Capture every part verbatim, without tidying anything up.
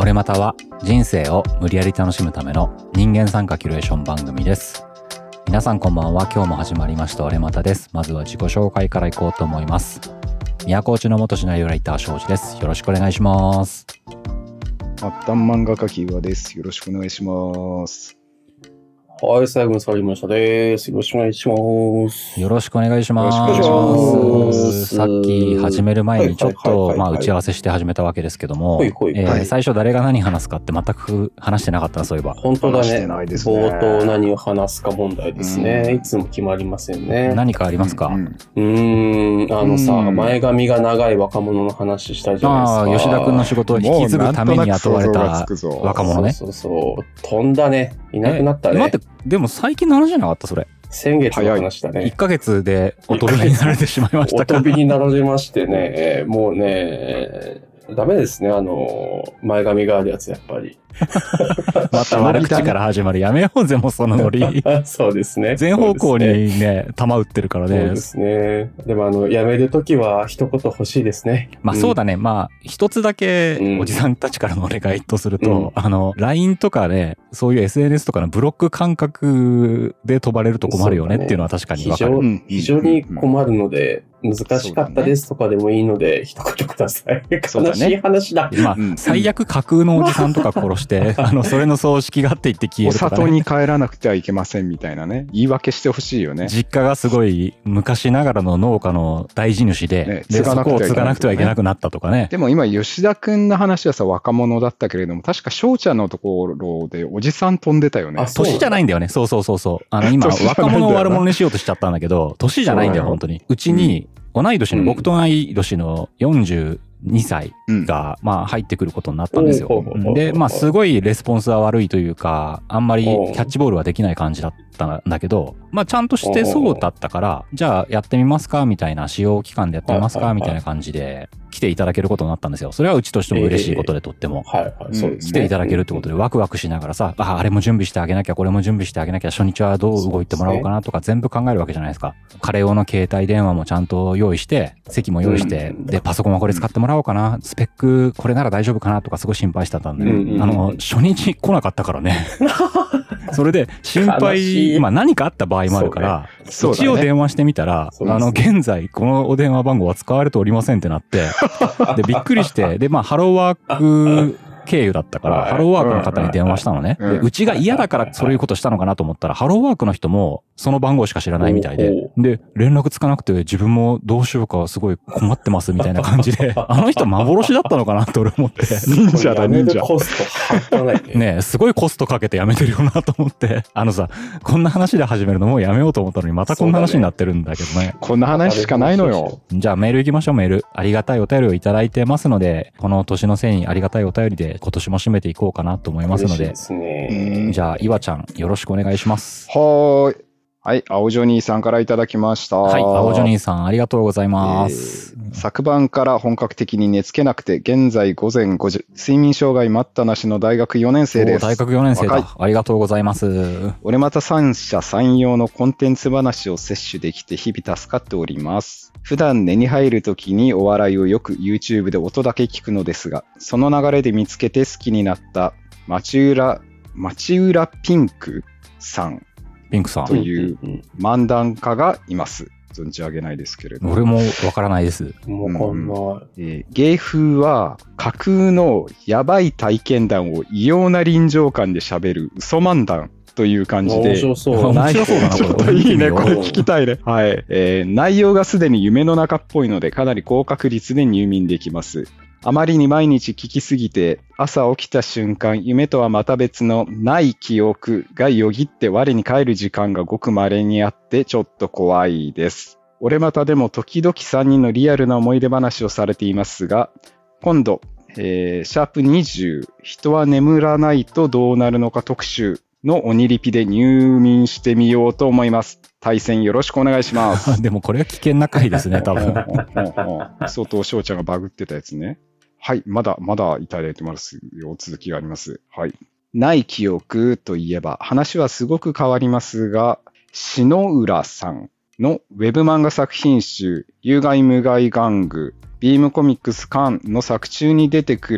俺または人生を無理やり楽しむための人間参加キュレーション番組です。皆さんこんばんは。今日も始まりました俺またです。まずは自己紹介からいこうと思います。宮古内の元シナリオライター庄司です。よろしくお願いします。 末端漫画家キーワです。よろしくお願いします。 はい、最後に触りましたです。よろしくお願いします。 よろしくお願いします。 よろしくお願いします。 さっき始める前にちょっと、 はいはいはいはいまあ打ち合わせして始めたわけですけども、 ほいほいえーはい最初誰が何話すかって全く話してなかったな、そういえば。 本当だ話してね。 ないですね冒頭何を話すか問題ですね。 うんいつも決まりませんね。 何かありますか？ うんうーん、あのさ、 うん前髪が長い若者の話したじゃないですか。 ああ、吉田くんの仕事を引き継ぐために雇われた若者ね。 そうそうそう。飛んだね。いなくなったね。 え待って、でも最近の話じゃなかったそれ。 先月の話だいっね。 かげつでお飛びになられてしまいましたか。 お飛びになられましてね、もうね、ダメですね、あの、前髪があるやつ、やっぱり。 また悪口から始まる。やめようぜ、もうそのノリ。 そうですね。 全方向そうですねにね、弾打ってるからねそうで。すね。でも、あの、辞めるときは一言欲しいですね。 まあそうだね。 ね。まあ、一つだけうんおじさんたちからのお願いとすると、 うんあの、ライン とかね、そういう エスエヌエス とかのブロック感覚で飛ばれると困るよねっていうのは確かにわかる。 非常うん非常に困るので、難しかったですとかでもいいので、一言ください。 そうだね悲しい話だ。 まあ、 うん最悪架空のおじさんとか殺して、あの、それの葬式があって言って消えおるとか、ね。 里に帰らなくてはいけませんみたいなね。言い訳してほしいよね。 実家がすごい昔ながらの農家の大地主で、 ねで、そ継がなくてはいけないこを継がなくてはいけなくなったとかね。 でも今、吉田くんの話はさ、若者だったけれども、確か翔ちゃんのところでおじさん飛んでたよねあ。そう年じゃないんだよね。そうそうそうそう。あの、今、 年じゃないんだよな若者を悪者にしようとしちゃったんだけど、年じゃないんだよ、 そうだよ本当に。うちに、同い年の、 うん僕と同い年のよんじゅうにさいうんが、まあ、入ってくることになったんですよほうほうほうほう。 で、まあ、すごいレスポンスは悪いというか、あんまりキャッチボールはできない感じだったんだけど、まあ、ちゃんとしてそうだったから、じゃあ、やってみますかみたいな、使用期間でやってみますはいはいはいかみたいな感じで、来ていただけることになったんですよ。それはうちとしても嬉しいことで、とっても。 はいはい、そうですね。 来ていただけるってことでワクワクしながらさ、あ、あれも準備してあげなきゃ、これも準備してあげなきゃ、初日はどう動いてもらおうかなとか全部考えるわけじゃないですか。彼用の携帯電話もちゃんと用意して、席も用意して、 うんで、パソコンはこれ使ってもらおうかな、スペックこれなら大丈夫かなとかすごい心配してたんで、 うんうんあの、初日来なかったからね。それで心悲し配、 いまあ何かあった場合もあるから、 そうだね一応電話してみたら、 そうですあの、現在このお電話番号は使われておりませんってなって、で、びっくりして、で、まあ、ハローワーク経由だったから、 はいハローワークの方に電話したのね。 うんでうちが嫌だからそういうことしたのかなと思ったら、ハローワークの人もその番号しか知らないみたいで、で、連絡つかなくて自分もどうしようかすごい困ってますみたいな感じで、あの人幻だったのかなって俺思って。 忍者だ、忍者。 コスト半端ないね。 ねえ、すごいコストかけてやめてるよなと思って。あのさ、こんな話で始めるのもうやめようと思ったのにまたこんな話になってるんだけどね。 こんな話しかないのよ。 じゃあメール行きましょう、メール。ありがたいお便りをいただいてますので、この年のせいにありがたいお便りで今年も締めていこうかなと思いますので嬉しいで、すね。 じゃあ、岩ちゃん、よろしくお願いします。 はーい。はい、青ジョニーさんからいただきました。 はい、青ジョニーさん、ありがとうございます。 えー昨晩から本格的に寝つけなくて、現在午前ごじ、睡眠障害待ったなしの大学よねん生です。 お大学よねん生若いだ。ありがとうございます。 俺また三者三様のコンテンツ話を摂取できて日々助かっております。普段寝に入るときにお笑いをよく YouTube で音だけ聞くのですが、その流れで見つけて好きになった町浦、町浦ピンクさんピンクさんと。いううんうん漫談家がいます。存じ上げないですけれども。 俺もわからないです。 うん。もうこんな、 えー芸風は架空のやばい体験談を異様な臨場感で喋る嘘漫談という感じで。 面白そう。 面白そうだなちょっことれいいね、これうん聞きたいね。はい。えー内容がすでに夢の中っぽいので、かなり高確率で入眠できます。あまりに毎日聞きすぎて、朝起きた瞬間、夢とはまた別のない記憶がよぎって我に返る時間がごく稀にあって、ちょっと怖いです。俺またでも時々さんにんのリアルな思い出話をされていますが、今度、えーシャープにじゅう、人は眠らないとどうなるのか特集の鬼リピで入眠してみようと思います。対戦よろしくお願いします。 でもこれは危険な回ですね、多分。 相当翔ちゃんがバグってたやつね。はい、まだ、まだいただいてますよ。続きがあります。はい。ない記憶といえば、話はすごく変わりますが、篠浦さんのウェブ漫画作品集、有害無害玩具、ビームコミックスカンの作中に出てくる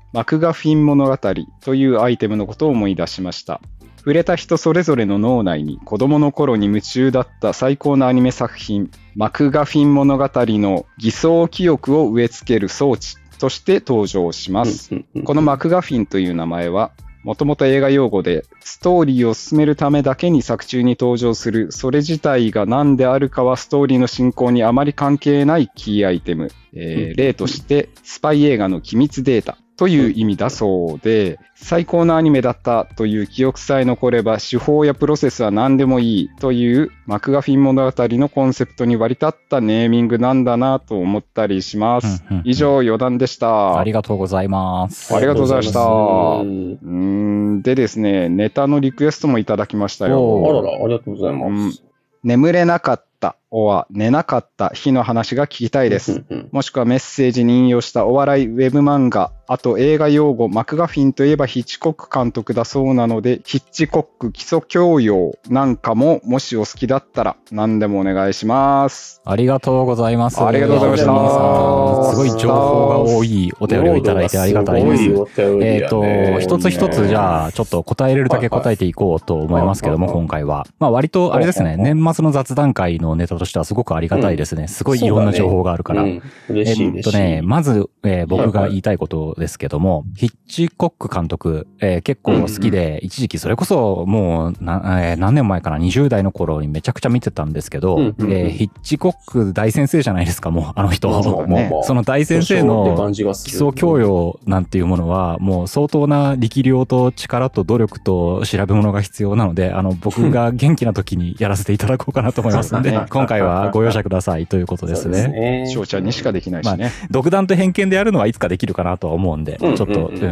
マクガフィン物語というアイテムのことを思い出しました。触れた人それぞれの脳内に子供の頃に夢中だった最高のアニメ作品、マクガフィン物語の偽装記憶を植え付ける装置として登場します。このマクガフィンという名前は、もともと映画用語で、ストーリーを進めるためだけに作中に登場する、それ自体が何であるかはストーリーの進行にあまり関係ないキーアイテム。えー、例として、スパイ映画の機密データという意味だそうで、最高のアニメだったという記憶さえ残れば、手法やプロセスは何でもいいというマクガフィン物語のコンセプトに割り立ったネーミングなんだなと思ったりします。 うんうんうん、 以上、余談でした。 ありがとうございます。 ありがとうございました。うーんでですね、ネタのリクエストもいただきましたよ。 あらら、ありがとうございます。うん、 眠れなかったおは寝なかった日の話が聞きたいです。もしくはメッセージに引用したお笑いウェブ漫画、あと映画用語、マクガフィンといえばヒッチコック監督だそうなので、ヒッチコック基礎教養なんかももしお好きだったら何でもお願いします。 ありがとうございます。 ありがとうございました。 すごい情報が多いお便りをいただいてありがたいです。えっと、一つ一つじゃあちょっと答えれるだけ答えていこうと思いますけども、今回は。まあ割とあれですね、年末の雑談会のネタとしてはすごくありがたいですね。すごいいろんな情報があるから。えっとね、まず、えー、僕が言いたいことですけども、ヒッチコック監督、えー、結構好きで、一時期それこそもうな、えー、何年前かな、にじゅう代の頃にめちゃくちゃ見てたんですけど、えー、ヒッチコック大先生じゃないですか、もうあの人。 ね、 その大先生の基礎教養なんていうものは、もう相当な力量と力と努力と調べ物が必要なので、あの僕が元気な時にやらせていただこうかなと思いますので、今回はご容赦くださいということですね。 翔ちゃんにしかできないしね。 まあ、独断と偏見でやるのはいつかできるかなとは思うんで、ちょっと、うん、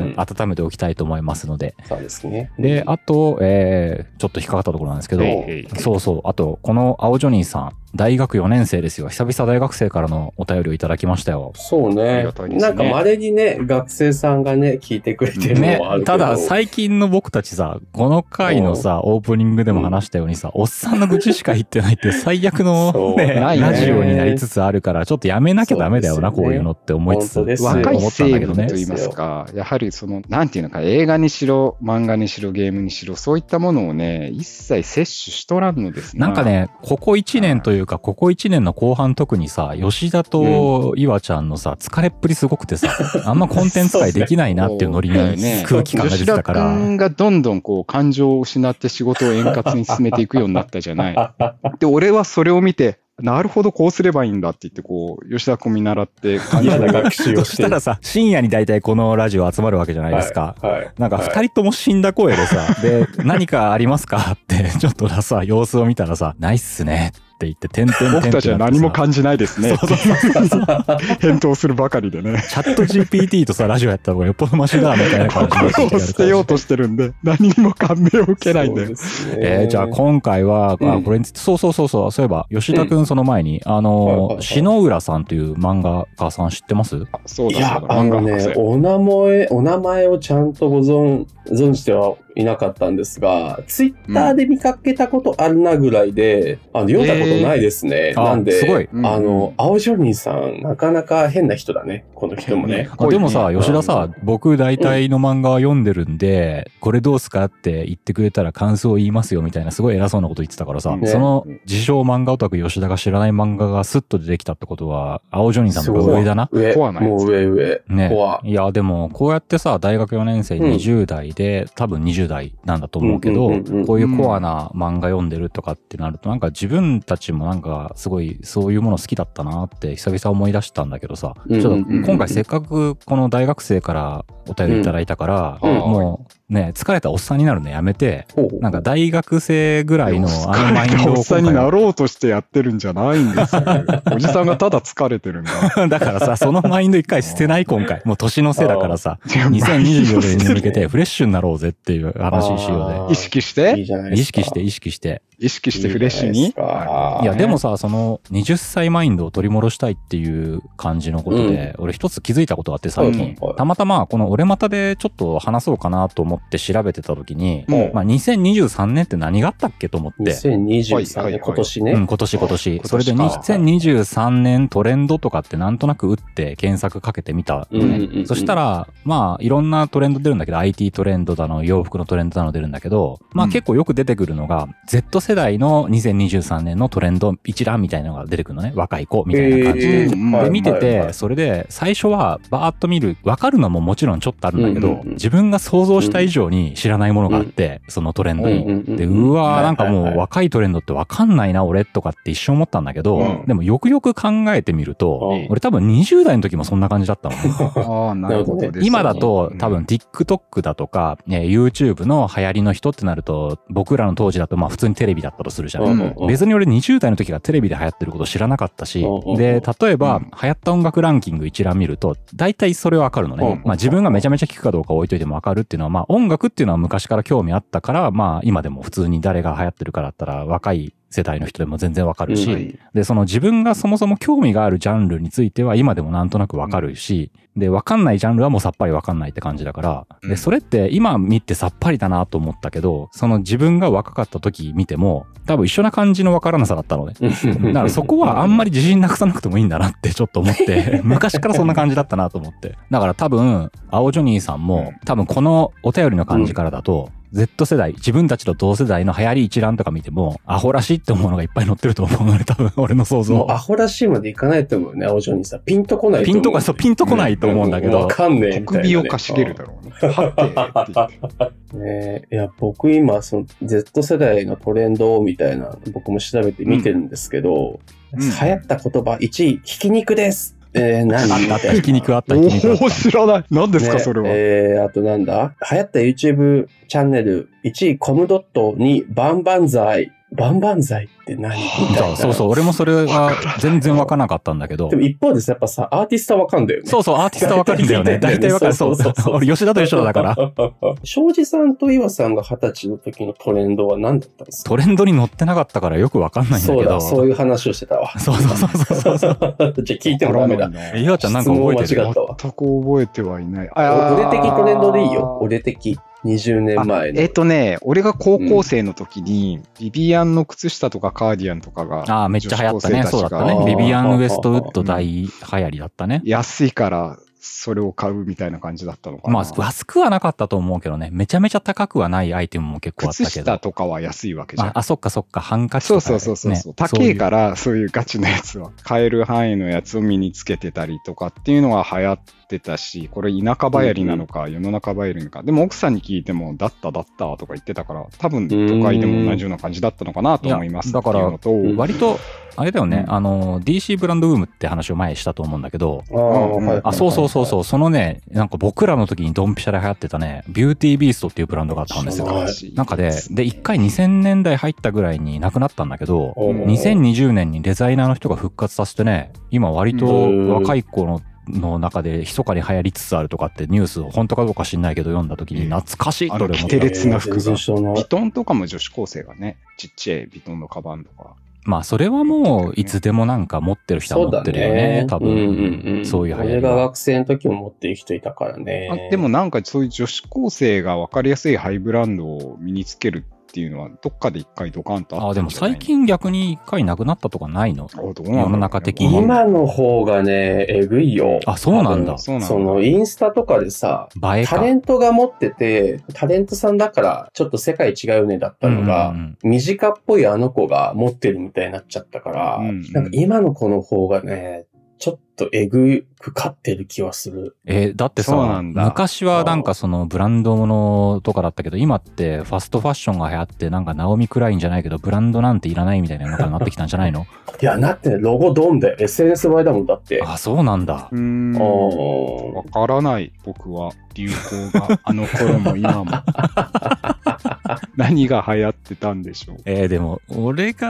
温めておきたいと思いますので。 そうですね。 で、あと、えー、ちょっと引っかかったところなんですけど、そうそう、あと、この青ジョニーさん、大学よねん生ですよ。久々大学生からのお便りをいただきましたよ。 そうね。ねなんか稀にね、学生さんがね、聞いてくれてるのはあるけど、ね。 ただ、最近の僕たちさ、この回のさ、オープニングでも話したようにさ、うん、おっさんの愚痴しか言ってないって最悪のね、ラジオになりつつあるから、ちょっとやめなきゃダメだよな、こういうのって思いつつ、 若い成分と言いますか、やはりその、なんていうのか、映画にしろ、漫画にしろ、ゲームにしろ、そういったものをね、一切摂取しとらんのですね。 なんかね、ここいちねんというか、ここいちねんの後半特にさ、吉田と岩ちゃんのさ、疲れっぷりすごくてさ、あんまコンテンツ界できないなっていうノリに空気感が出てたから。 吉田君がどんどんこう感情を失って仕事を円滑に進めていくようになったじゃない。で、俺はそれを見て、なるほど、こうすればいいんだって言って、こう、吉田君見習って、 嫌な学習をして。 そしたらさ、深夜に大体このラジオ集まるわけじゃないですか。はいはい、なんか二人とも死んだ声でさ、はい、で、何かありますかって、ちょっとさ、様子を見たらさ、ないっすね。って言って、てんてんてん僕たちは何も感じないですね。そうそうそうそう返答するばかりでね。 チャット ジーピーティー とさ、ラジオやった方がよっぽどマシだ、みたいな感じで。 心を捨てようとしてるんで、何にも感銘を受けないんだよ。 えー、じゃあ今回は、うん、あこれについて、そうそうそうそう、そういえば、吉田くんその前に、うん、あの、篠浦さんという漫画家さん知ってます？ そうだ、 いや、あのね、お名前、お名前をちゃんとご存、存じてはいなかったんですが、ツイッターで見かけたことあるなぐらいで、うん、あの読んだことないですね。えー、なんで、 すごい。 あの、青ジョニーさん、なかなか変な人だね。この人もね。 でもさ、吉田さ、僕大体の漫画は読んでるんで、うん、これどうすかって言ってくれたら感想を言いますよみたいな、すごい偉そうなこと言ってたからさ、ね、その自称漫画オタク吉田が知らない漫画がスッと出てきたってことは、青ジョニーさんの方が上だな。 上、もう上上。 ね。いや、でも、こうやってさ、大学よねん生にじゅう代で、うん、多分にじゅう代なんだと思うけど、こういうコアな漫画読んでるとかってなると、なんか自分たちもなんかすごいそういうもの好きだったなって久々思い出したんだけどさ、ちょっと今回せっかくこの大学生からお便りいただいたから、もうね、疲れたおっさんになるのやめて、なんか大学生ぐらいのあのマインドを。 おっさんになろうとしてやってるんじゃないんですよ。おじさんがただ疲れてるんだ。 だからさ、そのマインド一回捨てない今回。もう年のせいだからさ、にせんにじゅうよねんに向けてフレッシュになろうぜっていう話しようで。 意識していいじゃないですか。 意識して、意識して。 意識してフレッシュに。 いいじゃないですかいや、でもさ、その、はたちマインドを取り戻したいっていう感じのことで、俺一つ気づいたことがあって最近、 うんたまたまこの俺またでちょっと話そうかなと思って調べてた時に、 うんまあ、にせんにじゅうさんねんって何があったっけと思って。 にせんにじゅうさんはいはいはい年、今年ね。 うん、今年今年。それで今年かにせんにじゅうさんねんトレンドとかってなんとなく打って検索かけてみたのね。 うんうんうんうんそしたら、まあ、いろんなトレンド出るんだけど、アイティー トレンドだの、洋服のトレンドだの出るんだけど、まあうん結構よく出てくるのが、Z 世代のにせんにじゅうさんねんのトレンド一覧みたいなのが出てくるのね。若い子みたいな感じで。 えーうんで、見てて、 はいはいはいそれで、最初は、バーッと見る、わかるのももちろんちょっとあるんだけど、 うんうんうん自分が想像した以上に知らないものがあって、そのトレンドに。 うんうんうんで、うわー、なんかもうはいはいはい若いトレンドってわかんないな、俺とかって一瞬思ったんだけど、 うんでもよくよく考えてみると、 うん俺多分にじゅう代の時もそんな感じだったのね。 ああ、なるほどですね。 今だと多分 TikTok だとか、ね YouTube の流行りの人ってなると、僕らの当時だとまあ普通にテレビだったとするじゃん。 うんうんうん別に俺にじゅう代の時がテレビで流行ってること知らなかったしうんうんうん、 で、例えばうん流行った音楽ランキング一覧見ると、大体それわかるのね。 うんうんまあ自分がめちゃめちゃ聞くかどうか置いといてもわかるっていうのは、まあ音楽っていうのは昔から興味あったから、まあ今でも普通に誰が流行ってるからだったら若い世代の人でも全然わかるし、 うんで、その自分がそもそも興味があるジャンルについては今でもなんとなくわかるし、で、わかんないジャンルはもうさっぱりわかんないって感じだから、で、 うんそれって今見てさっぱりだなと思ったけど、その自分が若かった時見ても、多分一緒な感じのわからなさだったのね。だからそこはあんまり自信なくさなくてもいいんだなってちょっと思って、昔からそんな感じだったなと思って。だから多分、青ジョニーさんも、多分このお便りの感じからだと、Z 世代、自分たちと同世代の流行り一覧とか見ても、アホらしいって思うのがいっぱい載ってると思うので、多分俺の想像。 もうアホらしいまでいかないと思うね、青ジョニーさん。ピンとこないと思う。 ピンとか、そう、ピンとこないと思うんだけど。 わかんねえみたいなね。 小首をかしげるだろうね。はってって言って。 ねえ、いや、僕今、その Z 世代のトレンドみたいな、僕も調べて見てるんですけど、 うん流行った言葉いちい、ひき肉です。えー、何みたいな。 ひき肉あった、ひき肉あったおお、。知らない。何ですか、 ねそれは。 えー、あとなんだ流行った YouTube チャンネルいちいコムドットにバンバンザイ。バンバンザイって何みたいな。 そうそう、俺もそれは全然わからなかったんだけどで。も一方ですやっぱさ、アーティストはわかんだよね。 そうそう、アーティストわかるんだよね。大体わかる。そうそう。俺、吉田と一緒だから。 庄司さんと岩さんが二十歳の時のトレンドは何だったんですか？ トレンドに乗ってなかったからよくわかんないんだけど。 そうだ、そういう話をしてたわ。 そうそうそうそうそう。 じゃあ聞いてもダメだ。 え、岩ちゃんなんか覚えてる質問間違ったわ全く覚えてはいない。 お俺的トレンドでいいよ。 あー俺的。にじゅうねんまえの。 えっとね、俺が高校生の時に、ビビアンの靴下とかカーディアンとかが、 ああ、めっちゃ流行ったね。 女子高生たちがそうだったね。 あービビアン・ウエストウッド大流行りだったね。 安いからそれを買うみたいな感じだったのかな。 まあ、安くはなかったと思うけどね。めちゃめちゃ高くはないアイテムも結構あった靴けど。 下とかは安いわけじゃん。 あ、あそっかそっか。ハンカチとか、ね。 そうそうそうそうそう。高いから、そういうガチなやつは、買える範囲のやつを身につけてたりとかっていうのは流行ってたし、これ田舎流行りなのか、世の中流行りなのか。でも奥さんに聞いても、だっただったとか言ってたから、多分都会でも同じような感じだったのかなと思います。 いやだからっていうのと割と、あれだよね、 うんあの、ディーシー ブランドブームって話を前にしたと思うんだけど、 あーはいはいあ、そうそうそうそう、そのね、なんか僕らの時にドンピシャで流行ってたね、ビューティービーストっていうブランドがあったんですよ。 はいなんかで、で、一回にせんねんだい入ったぐらいになくなったんだけど、 おーにせんにじゅうねんにデザイナーの人が復活させてね、今割と若い子のの中で密かに流行りつつあるとかってニュースを本当かどうか知んないけど読んだ時に懐かしいと俺思ったあのキテレツな服が全然知らないビトンとかも女子高生がね、ちっちゃいビトンのカバンとか。 まあそれはもういつでもなんか持ってる人は持ってるよね、多分、 うんうんうん、 そういう流行り俺がは。 学生の時も持ってる人いたからね。 あでもなんかそういう女子高生が分かりやすいハイブランドを身につけるっていうのは、どっかで一回ドカンとああでもったんじゃない最近逆に一回なくなったとかないの？ あどうなんだろうね世の中的に今の方がね、えぐいよ。 あそうなんだ多分そうなんだそのインスタとかでさ、 映えか。 タレントが持ってて、タレントさんだからちょっと世界違うよねだったのが、 うんうんうん短っぽいあの子が持ってるみたいになっちゃったから、 うんうんなんか今の子の方がね、ちょっとえぐく勝ってる気はする。 えーだってさそうなんだ昔はなんかそのブランドものとかだったけど今ってファストファッションが流行ってなんかナオミクラインじゃないけどブランドなんていらないみたいなのになってきたんじゃないの？ いや、なってね、ロゴドンで エスエヌエス 映えだもんだって。 あそうなんだ。 うーん。 おわからない、僕は。流行が、あの頃も今も。何が流行ってたんでしょう。 えーでも俺が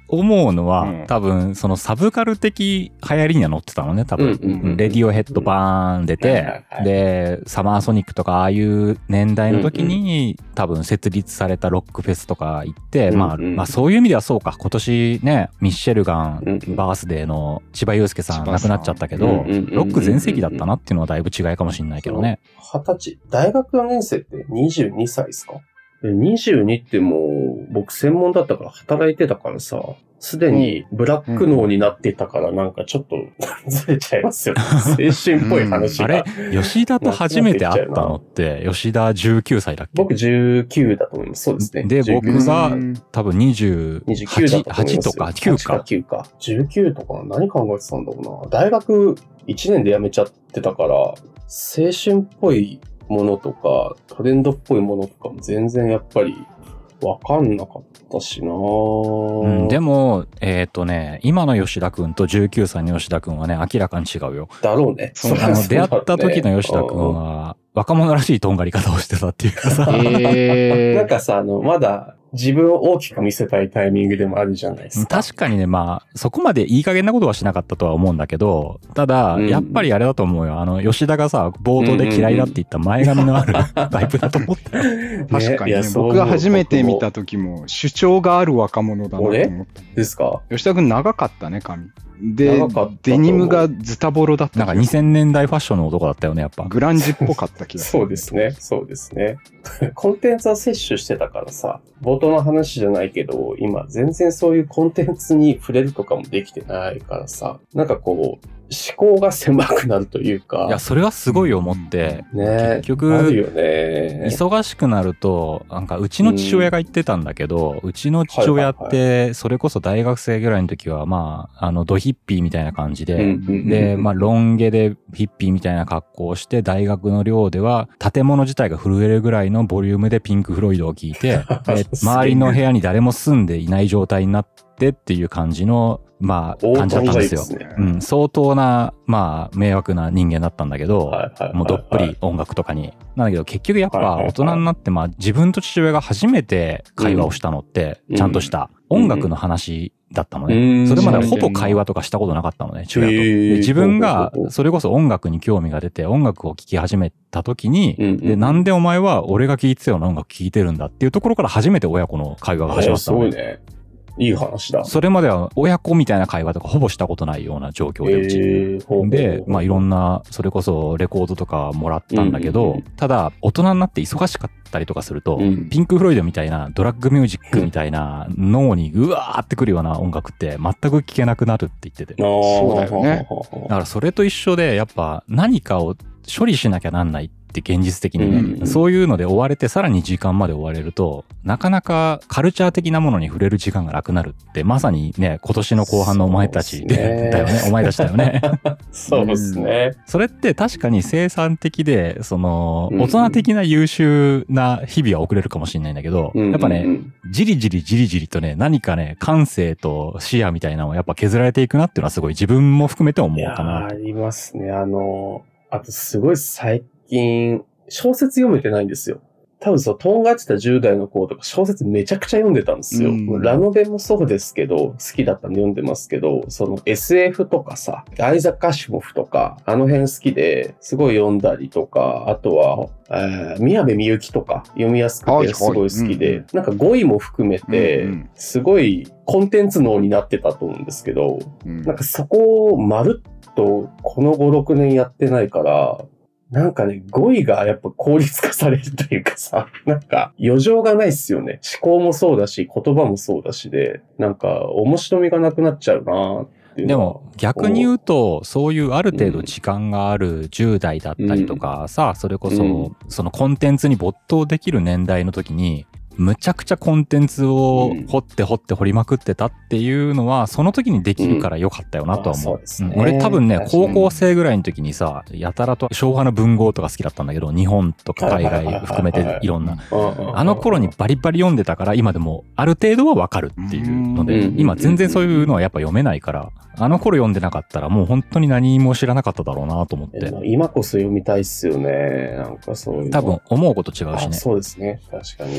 思うのは、 うん多分そのサブカル的流行りには乗ってたのね多分、 うんうんうんレディオヘッドバーン出て、 はいはいはいでサマーソニックとかああいう年代の時に、多分設立されたロックフェスとか行って、 うんうんまあ、まあそういう意味ではそうか、今年ねミッシェルガン、 うんうんバースデーの千葉雄介さん千葉さん亡くなっちゃったけど、 うんうんうんうんロック全盛期だったなっていうのはだいぶ違いかもしれないけどね。 二十歳。大学よねん生ってにじゅうにさいですか？でにじゅうにってもう、僕専門だったから働いてたからさ、すでにブラック脳になってたからなんかちょっとずれちゃいますよね。青春っぽい話あが。 れ吉田と初めて会ったのって吉田じゅうきゅうさいだっけ？ 僕じゅうきゅうだと思います。そうですね。 でじゅうきゅう僕がうん多分にじゅうにじゅうきゅうだったと思いますよ。 はちとかきゅうか。 はちきゅうか。じゅうきゅうとか何考えてたんだろうな。大学いちねんで辞めちゃってたから、青春っぽいものとか、トレンドっぽいものとかも全然やっぱりわかんなかったしな、 うん、でも、えっ、とね、今の吉田くんとじゅうきゅうさいの吉田くんはね、明らかに違うよ。 だろうね。 そうあの、出会った時の吉田くんは、若者らしいとんがり方をしてたっていうかさ。 えなんかさ、あの、まだ自分を大きく見せたいタイミングでもあるじゃないですか。 確かにね、まあ、そこまでいい加減なことはしなかったとは思うんだけど、ただ、 うんやっぱりあれだと思うよ。あの、吉田がさ、冒頭で嫌いだって言った前髪のあるタイプだと思ったよ。 確かに、ねいやそう思う僕が初めて見た時も主張がある若者だなと思った。 ですか？ 吉田君長かったね、髪。で長かったと思う、 デニムがズタボロだった。 なんかにせんねんだいファッションの男だったよね、やっぱ。 グランジっぽかった気がする。 そうですね。そうですね。コンテンツは摂取してたからさ、冒頭の話じゃないけど、今全然そういうコンテンツに触れるとかもできてないからさ、なんかこう、思考が狭くなるというか。 いや、それはすごい思って、 ね結局あるよね。 忙しくなると、なんかうちの父親が言ってたんだけど、うちの父親って、それこそ大学生ぐらいの時は、まあ、あの、ドヒッピーみたいな感じで、で、まあ、ロン毛でヒッピーみたいな格好をして、大学の寮では、建物自体が震えるぐらいのボリュームでピンク・フロイドを聴いて、で周りの部屋に誰も住んでいない状態になってっていう感じの、まあ、感じだったんですよ。 ね、 うん、相当な、まあ、迷惑な人間だったんだけど、 はいはいはいはい、 もうどっぷり音楽とかに。なんだけど、結局やっぱ大人になって、まあ、自分と父親が初めて会話をしたのって、ちゃんとした音楽の話だったのね。それまではほぼ会話とかしたことなかったのね、父親と。で自分が、それこそ音楽に興味が出て、音楽を聴き始めた時に、で、なんでお前は俺が聴いてたような音楽聴いてるんだっていうところから初めて親子の会話が始まったのね。 すごいね。いい話だ。 それまでは親子みたいな会話とかほぼしたことないような状況でうち、えー、で、まあいろんなそれこそレコードとかもらったんだけど、うんうんうん、ただ大人になって忙しかったりとかすると、うん、ピンク・フロイドみたいなドラッグミュージックみたいな脳にうわーってくるような音楽って全く聴けなくなるって言ってて、 そうだよね。 だからそれと一緒でやっぱ何かを処理しなきゃなんないって現実的にね、うんうん、そういうので追われてさらに時間まで追われるとなかなかカルチャー的なものに触れる時間がなくなるってまさにね今年の後半のお前たちでだよねお前たちだよねそうですね、 うん、それって確かに生産的でその大人的な優秀な日々は送れるかもしれないんだけど、うん、やっぱね、うん、じりじりじりじりとね何かね感性と視野みたいなのをやっぱ削られていくなっていうのはすごい自分も含めて思うかな。 いやありますね。あのあとすごい最近小説読めてないんですよ。多分そう、とんがってたじゅう代の子とか小説めちゃくちゃ読んでたんですよ。うん、ラノベもそうですけど、好きだったんで読んでますけど、その エスエフ とかさ、アイザック・アシモフとか、あの辺好きですごい読んだりとか、あとは、えー、宮部みゆきとか読みやすくてすごい好きで、はいはい、なんか語彙も含めて、すごいコンテンツ脳になってたと思うんですけど、うん、なんかそこをまるっとこのご、ろくねんやってないから、なんかね、語彙がやっぱ効率化されるというかさ、なんか余剰がないっすよね。思考もそうだし、言葉もそうだしで、なんか面白みがなくなっちゃうなっていう。 でも逆に言うと、そういうある程度時間があるじゅう代だったりとかさ、うん、それこそ、うん、そのコンテンツに没頭できる年代の時に、むちゃくちゃコンテンツを掘って掘って掘りまくってたっていうのは、その時にできるから良かったよなとは思う。うんうね、俺多分ね、高校生ぐらいの時にさ、やたらと昭和の文豪とか好きだったんだけど、日本とか海外含めていろんな。あの頃にバリバリ読んでたから、今でもある程度はわかるっていうので、今全然そういうのはやっぱ読めないから、あの頃読んでなかったらもう本当に何も知らなかっただろうなと思って。 今こそ読みたいっすよね。なんかそういう。 多分思うこと違うしね。 そうですね。確かに。 あ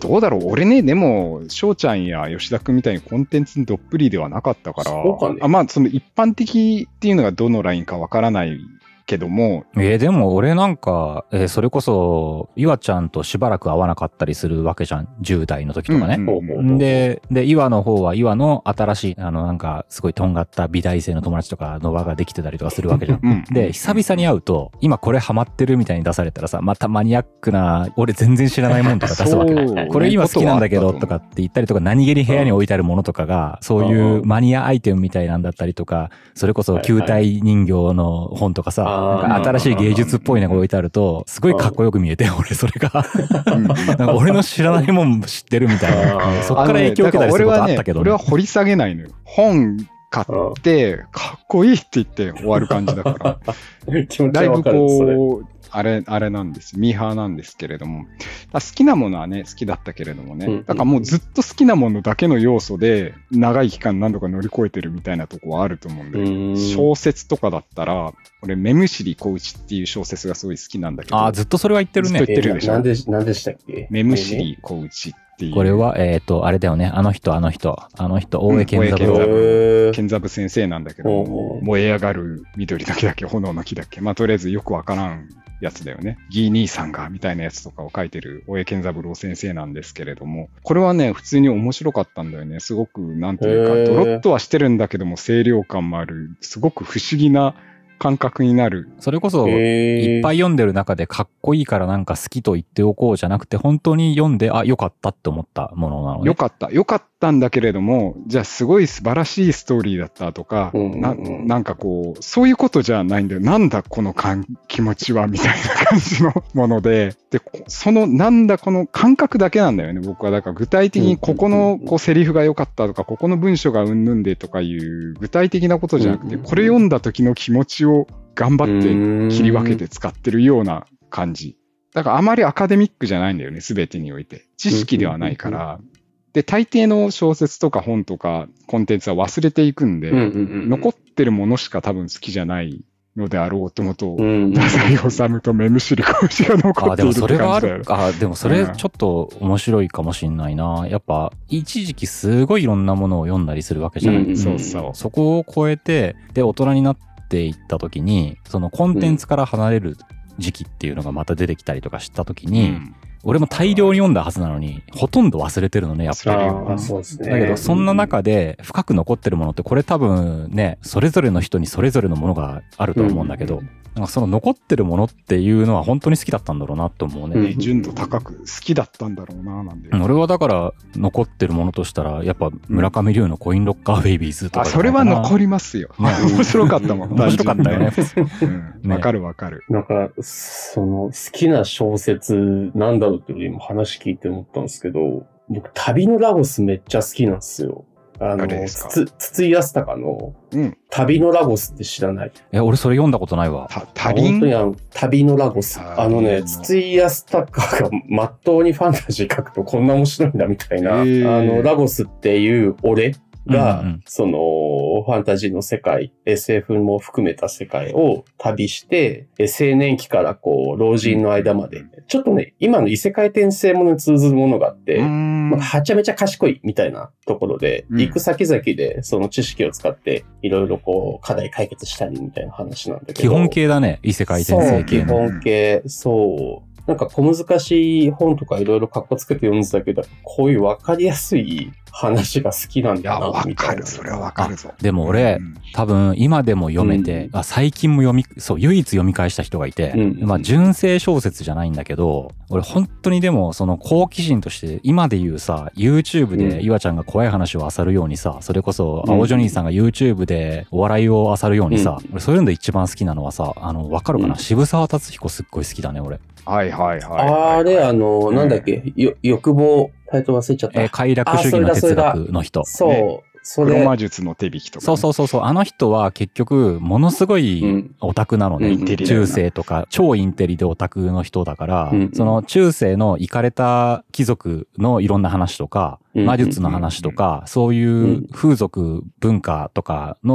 どうだろう、俺ね、でも、翔ちゃんや吉田くんみたいにコンテンツにどっぷりではなかったから、 そうかねあまあ、その一般的っていうのがどのラインかわからないけども、 えー、でも俺なんか、えー、それこそ、岩ちゃんとしばらく会わなかったりするわけじゃん。じゅう代の時とかね。 うんほうほうほうで、で、岩の方は岩の新しい、あの、なんか、すごいとんがった美大生の友達とかの輪ができてたりとかするわけじゃん。 うんで、久々に会うと、今これハマってるみたいに出されたらさ、またマニアックな、俺全然知らないもんとか出すわけ。 そうこれ今好きなんだけどとかって言ったりとか、何気に部屋に置いてあるものとかが、そういうマニアアイテムみたいなんだったりとか、それこそ球体人形の本とかさ、なんか新しい芸術っぽいのが置いてあると、すごいかっこよく見えて、俺それが。なんか俺の知らないもん知ってるみたいな。そっから影響を受けたりすることあったけどね。 俺は掘り下げないのよ。本買って、かっこいいって言って終わる感じだから。 気持ちだいぶはわかる。それこう、あれ、あれなんです。ミーハーなんですけれども。好きなものはね、好きだったけれどもね。 うんうんだからもうずっと好きなものだけの要素で、長い期間何度か乗り越えてるみたいなとこはあると思うんだよ。 うん小説とかだったら、俺、目むしり小内っていう小説がすごい好きなんだけど。 ああ、ずっとそれは言ってるねずっと。言ってるでしょえーななんで、なんでしたっけ目むしり小内っていう。 これは、えっと、あれだよね。あの人、あの人、あの人、大江健三郎。 うん大江健三郎へー健三先生なんだけど、 おうおう燃え上がる緑だけだっけ、炎の木だっけ、まあとりあえずよくわからんやつだよね。ギー兄さんがみたいなやつとかを書いてる大江健三郎先生なんですけれども、これはね、普通に面白かったんだよね。すごく、なんていうか、 へードロッとはしてるんだけども、清涼感もある、すごく不思議な感覚になる。 それこそ、いっぱい読んでる中でかっこいいからなんか好きと言っておこうじゃなくて、本当に読んで、あ、よかったって思ったものなのね。 よかった。よかったんだけれども、じゃあすごい素晴らしいストーリーだったとか、 うんうんうんななんかこう、そういうことじゃないんだよ。なんだこの感気持ちはみたいな感じのもので、で、こそのなんだこの感覚だけなんだよね、僕は。だから具体的にここのこうセリフが良かったとか、ここの文章がうんぬんでとかいう具体的なことじゃなくて、これ読んだ時の気持ちを頑張って切り分けて使ってるような感じ。だからあまりアカデミックじゃないんだよね、すべてにおいて。知識ではないから。で、大抵の小説とか本とかコンテンツは忘れていくんで、 うんうんうん残ってるものしか多分好きじゃないのであろうと思うと、 うん太宰治と目むしり講師が残あ、 っているってでもそれが感じだよね。。 あるあ、でもそれちょっと面白いかもしんないな。やっぱ、一時期すごいいろんなものを読んだりするわけじゃない。 うんそうそう。 そこを超えて、で、大人になっていった時に、そのコンテンツから離れる時期っていうのがまた出てきたりとかした時に、 うん俺も大量に読んだはずなのに、ほとんど忘れてるのね、やっぱり。 ああ、そうですね。 だけど、そんな中で深く残ってるものって、これ多分ね、それぞれの人にそれぞれのものがあると思うんだけど、 うんなんかその残ってるものっていうのは本当に好きだったんだろうなと思うね。 うん純度高く好きだったんだろうな、なんで。 俺はだから残ってるものとしたら、やっぱ村上龍のコインロッカーベイビーズとかあ、 じゃないかな。 それは残りますよ。 ね面白かったもん。 面白かったよね。 うんわ、かるわかる。 なんか、その、好きな小説なんだろうって今話聞いて思ったんですけど、僕、旅のラゴスめっちゃ好きなんですよ。あの、 誰ですかつ筒井康隆のうん。 旅のラゴスって知らない？ え、俺それ読んだことないわ。 た、足りん本当にあの、旅のラゴス。 旅のあのね、筒井康隆がまっとうにファンタジー書くとこんな面白いんだみたいな、あへーの、ラゴスっていう俺が、 うんうんその、ファンタジーの世界、エスエフ も含めた世界を旅して、え青年期からこう、老人の間まで、ちょっとね、今の異世界転生ものに通ずるものがあって、 うーんまあ、はちゃめちゃ賢いみたいなところで、 うん行く先々でその知識を使っていろいろこう課題解決したりみたいな話なんだけど。 基本系だね。異世界転生系そう基の。 本系、そう。なんか小難しい本とかいろいろカッコつけて読んでたけど、こういうわかりやすい話が好きなんいや、 だな、 わみたいな。 かる。それはわかるぞ。 でも俺、 うん多分今でも読めて、 うんあ最近も読み、そう、唯一読み返した人がいて、 うんまあ純正小説じゃないんだけど、俺本当にでもその好奇心として今で言うさ、YouTube でうん岩ちゃんが怖い話を漁るようにさ、それこそ青ジョニーさんが YouTube でお笑いを漁るようにさ、 うん俺そういうので一番好きなのはさ、あの、わかるかな、 うん渋沢達彦すっごい好きだね、俺。 はいはいはいはい。 あれ、あの、 うんなんだっけ、よ欲望、タイトル忘れちゃった。 えー快楽主義の哲学の人。 そう、 ねそれ。 黒魔術の手引きとかね。 そうそうそうそう。あの人は結局、ものすごういんオタクなのね。 うんインテリだよな中世とか、超インテリでオタクの人だから、 うんその中世のイカれた貴族のいろんな話とか、 うん魔術の話とか、そういう風俗文化とかの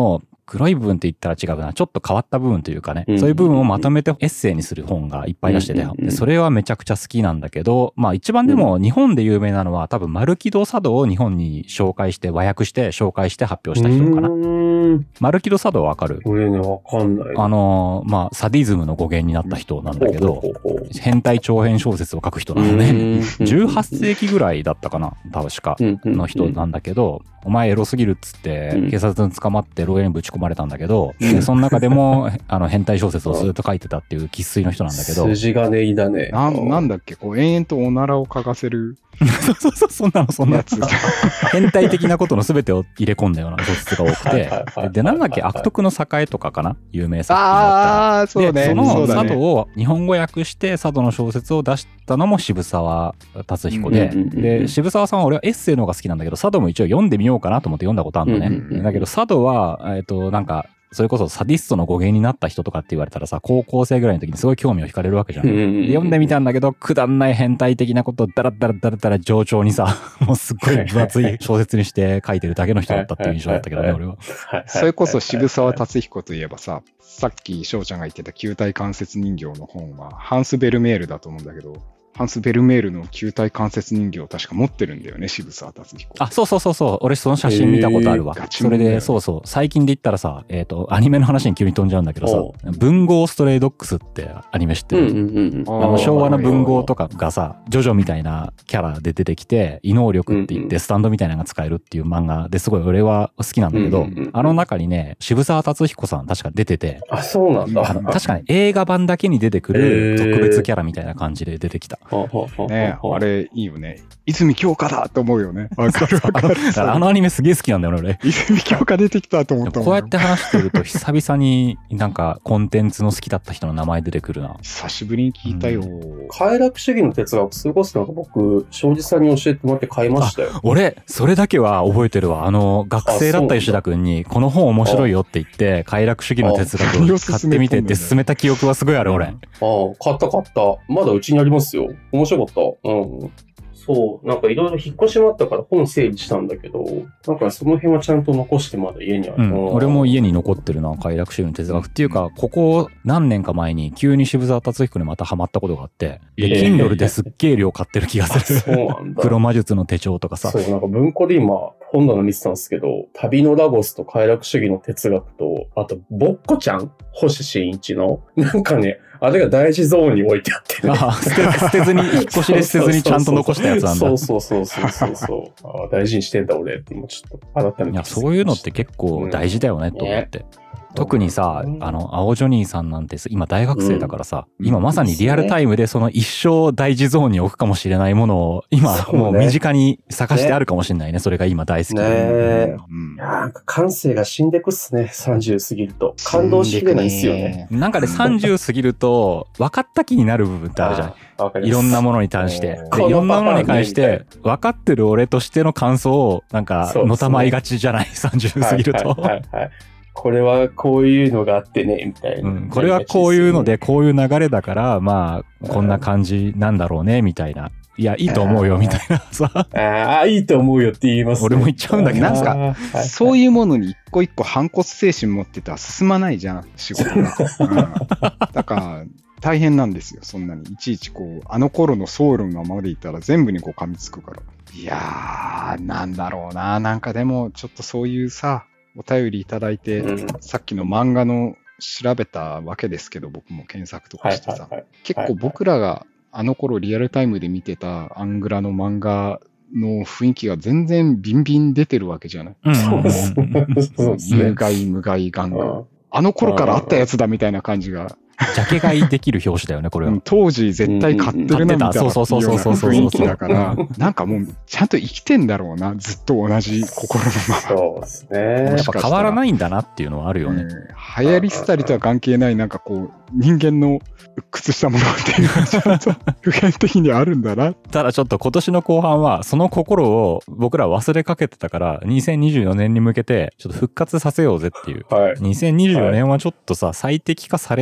黒い部分って言ったら違うな。ちょっと変わった部分というかね、 うんそういう部分をまとめてエッセイにする本がいっぱい出してて、 うんうんうんでそれはめちゃくちゃ好きなんだけど、まあ一番でも日本で有名なのは多分マルキド・サドを日本に紹介して、和訳して紹介して発表した人かな。 うーん。 マルキド・サドはわかる？ これね、わかんない。 あのー、まあサディズムの語源になった人なんだけど、 ほうほうほうほう変態長編小説を書く人なのうね。 ーんじゅうはっせいきぐらいだったかな、確か。 うんうんうんの人なんだけど、お前エロすぎるっつってうん警察に捕まって牢屋にぶち込まれたんだけど、でその中でもあの変態小説をずっと書いてたっていう生粋の人なんだけど、 筋金入りだね。 ななんだっけ、こう、延々とおならを嗅がせるそうそうそう、そんなのそんなのやつ。 変態的なことの全てを入れ込んだような小説が多くはいはいはいはいて、で、なんだっけ、悪徳の栄とかかな、有名作品だったら。 ああ、そうね。 で、そそのうだね佐渡を日本語訳して佐渡の小説を出したのも渋沢達彦で、 うんうんうんうんで、渋沢さんは俺はエッセイの方が好きなんだけど、佐渡も一応読んでみようかなと思って読んだことあるのね。 うんうんうんだけど佐渡は、えっと、なんか、それこそサディストの語源になった人とかって言われたらさ、高校生ぐらいの時にすごい興味を惹かれるわけじゃん。 うんうんうんで読んでみたんだけど、くだんない変態的なことをダラダラダラダラ冗長にさ、もうすっごい分厚い小説にして書いてるだけの人だったっていう印象だったけどね、俺は。 はいそれこそ渋沢達彦といえばさ、さっき翔ちゃんが言ってた球体関節人形の本は、ハンス・ベルメールだと思うんだけど、ハンス・ベルメールの球体関節人形を確か持ってるんだよね、渋沢達彦。 あ、そうそうそうそう。俺その写真見たことあるわ。 へーガチモンだよねそれで、そうそう。最近で言ったらさ、えっ、と、アニメの話に急に飛んじゃうんだけどおさ、文豪ストレイドッグスってアニメ知ってる？ うんうんうんうん。 あの昭和の文豪とか。 かがさ、ジョジョみたいなキャラで出てきて、異能力って言っうんうてスタンドみたいなのが使えるっていう漫画ですごい俺は好きなんだけど、 うんうんうんあの中にね、渋沢達彦さん確か出てて、 あ、そうなんだ。 あの確かに映画版だけに出てくる特別キャラみたいな感じで出てきた。 ほうほうほうほうねあれいいよね。泉鏡花だと思うよね。わかるわかる。 だからあのアニメすげえ好きなんだよね、俺。 泉鏡花出てきたと思ったもん。 こうやって話してると久々になんかコンテンツの好きだった人の名前出てくるな。 久しぶりに聞いたよ。 快楽主義の哲学、それこそなんか僕、庄司さんに教えてもらって買いましたよ。 俺、それだけは覚えてるわ。あの、学生だった吉田くんに、この本面白いよって言って、快楽主義の哲学を買ってみてって勧めた記憶はすごいある、俺。 ああ、買った買った。まだうちにありますよ。面白かった。うん。そう、なんかいろいろ引っ越しもあったから本整理したんだけど、なんかその辺はちゃんと残してまだ家にある。 うん。俺も家に残ってるな、快楽主義の哲学。っていうか、ここ何年か前に急に渋沢達彦にまたハマったことがあって、で、 えー Kindle ですっげえ量買ってる気があ、 する。 そうなんだ。 黒魔術の手帳とかさ。 そう、なんか文庫で今、本棚見てたんですけど、旅のラゴスと快楽主義の哲学と、あと、ぼっこちゃん星新一の、なんかね、あれが大事ゾーンに置いてあってね。 ああ、捨て、捨てずに、引っ越しで捨てずにちゃんと残したやつなんだ。 そうそうそうそうそうそう。ああ大事にしてんだ俺って今ちょっと改めて。 いや、そういうのって結構大事だよね、と思って。特にさ、あの、青ジョニーさんなんて今大学生だからさ、 うん今まさにリアルタイムでその一生大事ゾーンに置くかもしれないものを、今そうねもう身近に探してあるかもしれないね。それが今大好きねで。 え。 うんいやなんか感性が死んでくっすね、さんじゅう過ぎると。感動しきれないっすよね。。 なんかでさんじゅう過ぎると、分かった気になる部分ってあるじゃない。 あわかりますいろんなものに対して。 うんで、いろんなものに関しこのパターンねて、分かってる俺としての感想を、なんか、 そうですねのたまいがちじゃない ?さんじゅう過ぎると。 はいはいはいはい。これはこういうのがあってね、みたいな。 うん、これはこういうので、こういう流れだから、まあ、こんな感じなんだろうね、みたいな。いや、いいと思うよ、みたいなさ。 ああ、いいと思うよって言います、ね。 俺も言っちゃうんだけどなんかはい、 そういうものに一個一個反骨精神持ってたら進まないじゃん、仕事が。うん、だから、大変なんですよ、そんなに。いちいちこう、あの頃のソウルのままでいたら全部にこう噛みつくから。いやー、なんだろうな。なんかでも、ちょっとそういうさ、お便りいただいて、 うんさっきの漫画の調べたわけですけど、僕も検索とかしてさ、 はいはいはい結構僕らがあの頃リアルタイムで見てたアングラの漫画の雰囲気が全然ビンビン出てるわけじゃない。 うんそうですね。そうですね。 無害無害ガンガン。あの頃からあったやつだみたいな感じが、 ジャケ買いできる表紙だよね、これはうん。当時絶対買ってるなみたいな買ってたそうそうそうそうそう雰囲気だから、なんかもうちゃんと生きてんだろうな、ずっと同じ心のまま。 そうですね。 やっぱ変わらないんだなっていうのはあるよね。 うん流行り廃りとは関係ない、なんかこう、人間の鬱屈したものっていうのはちゃんと普遍的にあるんだな。 ただちょっと今年の後半は、その心を僕ら忘れかけてたから、にせんにじゅうよねんに向けて、ちょっと復活させようぜっていう。 はい。 にせんにじゅうよねんはちょっとさ、最適化されない方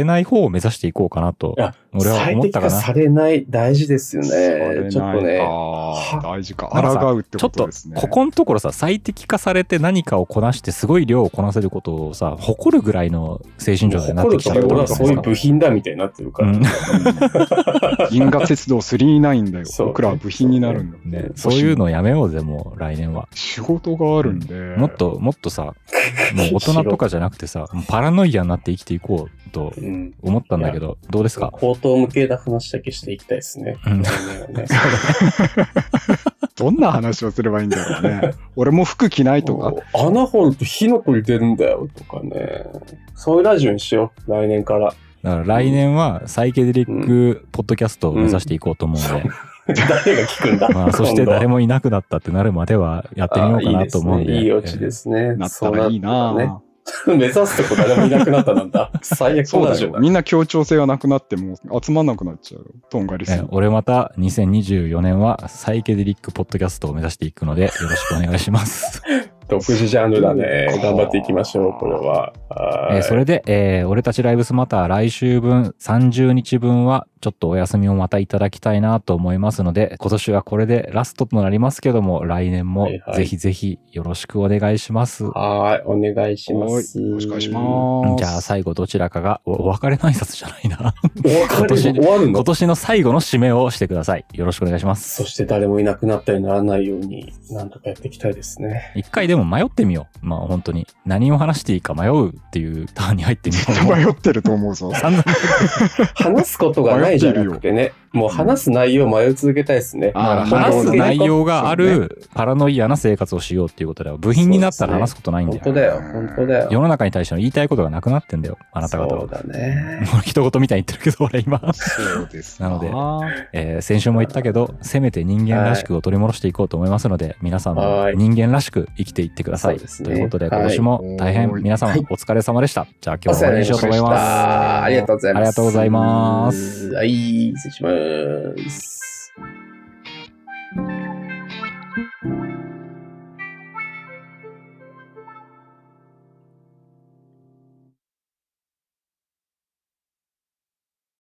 方を目指していこうかなといや、 俺は最思ったかな。 適化されない大事ですよね。ちょっとね。 あ大事か。 なんかさ抗うってことですね。 ちょっとここのところさ、最適化されて何かをこなしてすごい量をこなせることをさ、誇るぐらいの精神状態になってきちゃう誇るとか俺はそういう部品だみたいになってるから。 うん銀河鉄道スリーじゅうきゅうだよ。 そう僕らは部品になるんだ。 ね、そういうのやめようぜ、もう来年は。 仕事があるんで。 もっともっとさ、もう大人とかじゃなくてさ、もうパラノイアになって生きていこうとうん思ったんだけど、どうですか？ 口頭無形な話だけしていきたいですね。 うん来年はねどんな話をすればいいんだろうね。俺も服着ないとか。 穴掘ると火の粉出るんだよとかね。そういうラジオにしよう。来年から。 だから来年はサイケデリックポッドキャストを目指していこうと思うので、 誰が聞くんだまあ、そして誰ももいなくなったってなるまではやってみようかなと思うんで。 いいオチですね。 なったらいいなそうなったらね。目指すとこ誰もいなくなったなんだ。最悪そうだよ。 ラジオだ。 みんな協調性がなくなってもう集まんなくなっちゃう。とんがりすぎて。 え俺またにせんにじゅうよねんはサイケデリックポッドキャストを目指していくのでよろしくお願いします。 独自ジャンルだね。頑張っていきましょう、これは。はーいえーそれで、えー俺たちライブスマター来週分さんじゅうにちぶんはちょっとお休みをまたいただきたいなと思いますので、今年はこれでラストとなりますけども、来年もはいはいぜひぜひよろしくお願いします。 はーい、お願いします。 はいよろしくお願いします。 じゃあ最後どちらかがおお別れの挨拶じゃないな。 お別れ終わるの今年の最後の締めをしてください。よろしくお願いします。 そして誰もいなくなったりならないように、なんとかやっていきたいですね。 一回でも迷ってみよう。まあ本当に何を話していいか迷うっていうターンに入ってみよう。 迷ってると思うぞ。 散々 話すことがないじゃなくてね、もう話す内容を迷い続けたいですね。 あー話す内容そうがあるパラノイアな生活をしようっていうことだよ。部品になったら話すことないんだよ。 本当だよ、本当だよ。 世の中に対しての言いたいことがなくなってんだよ。あなた方は。 そうだね。 もう一言みたいに言ってるけど、俺今。 そうですなのでえー先週も言ったけど、せめて人間らしくを取り戻していこうと思いますので、皆さんもはい人間らしく生きていってください。 そうですねということで、 はい今年も大変皆様はいお疲れ様でした。じゃあ今お世話になり日は終わりにしようと思います。 ました。ありがとうございます。 ありがとうございます。 はい、失礼します。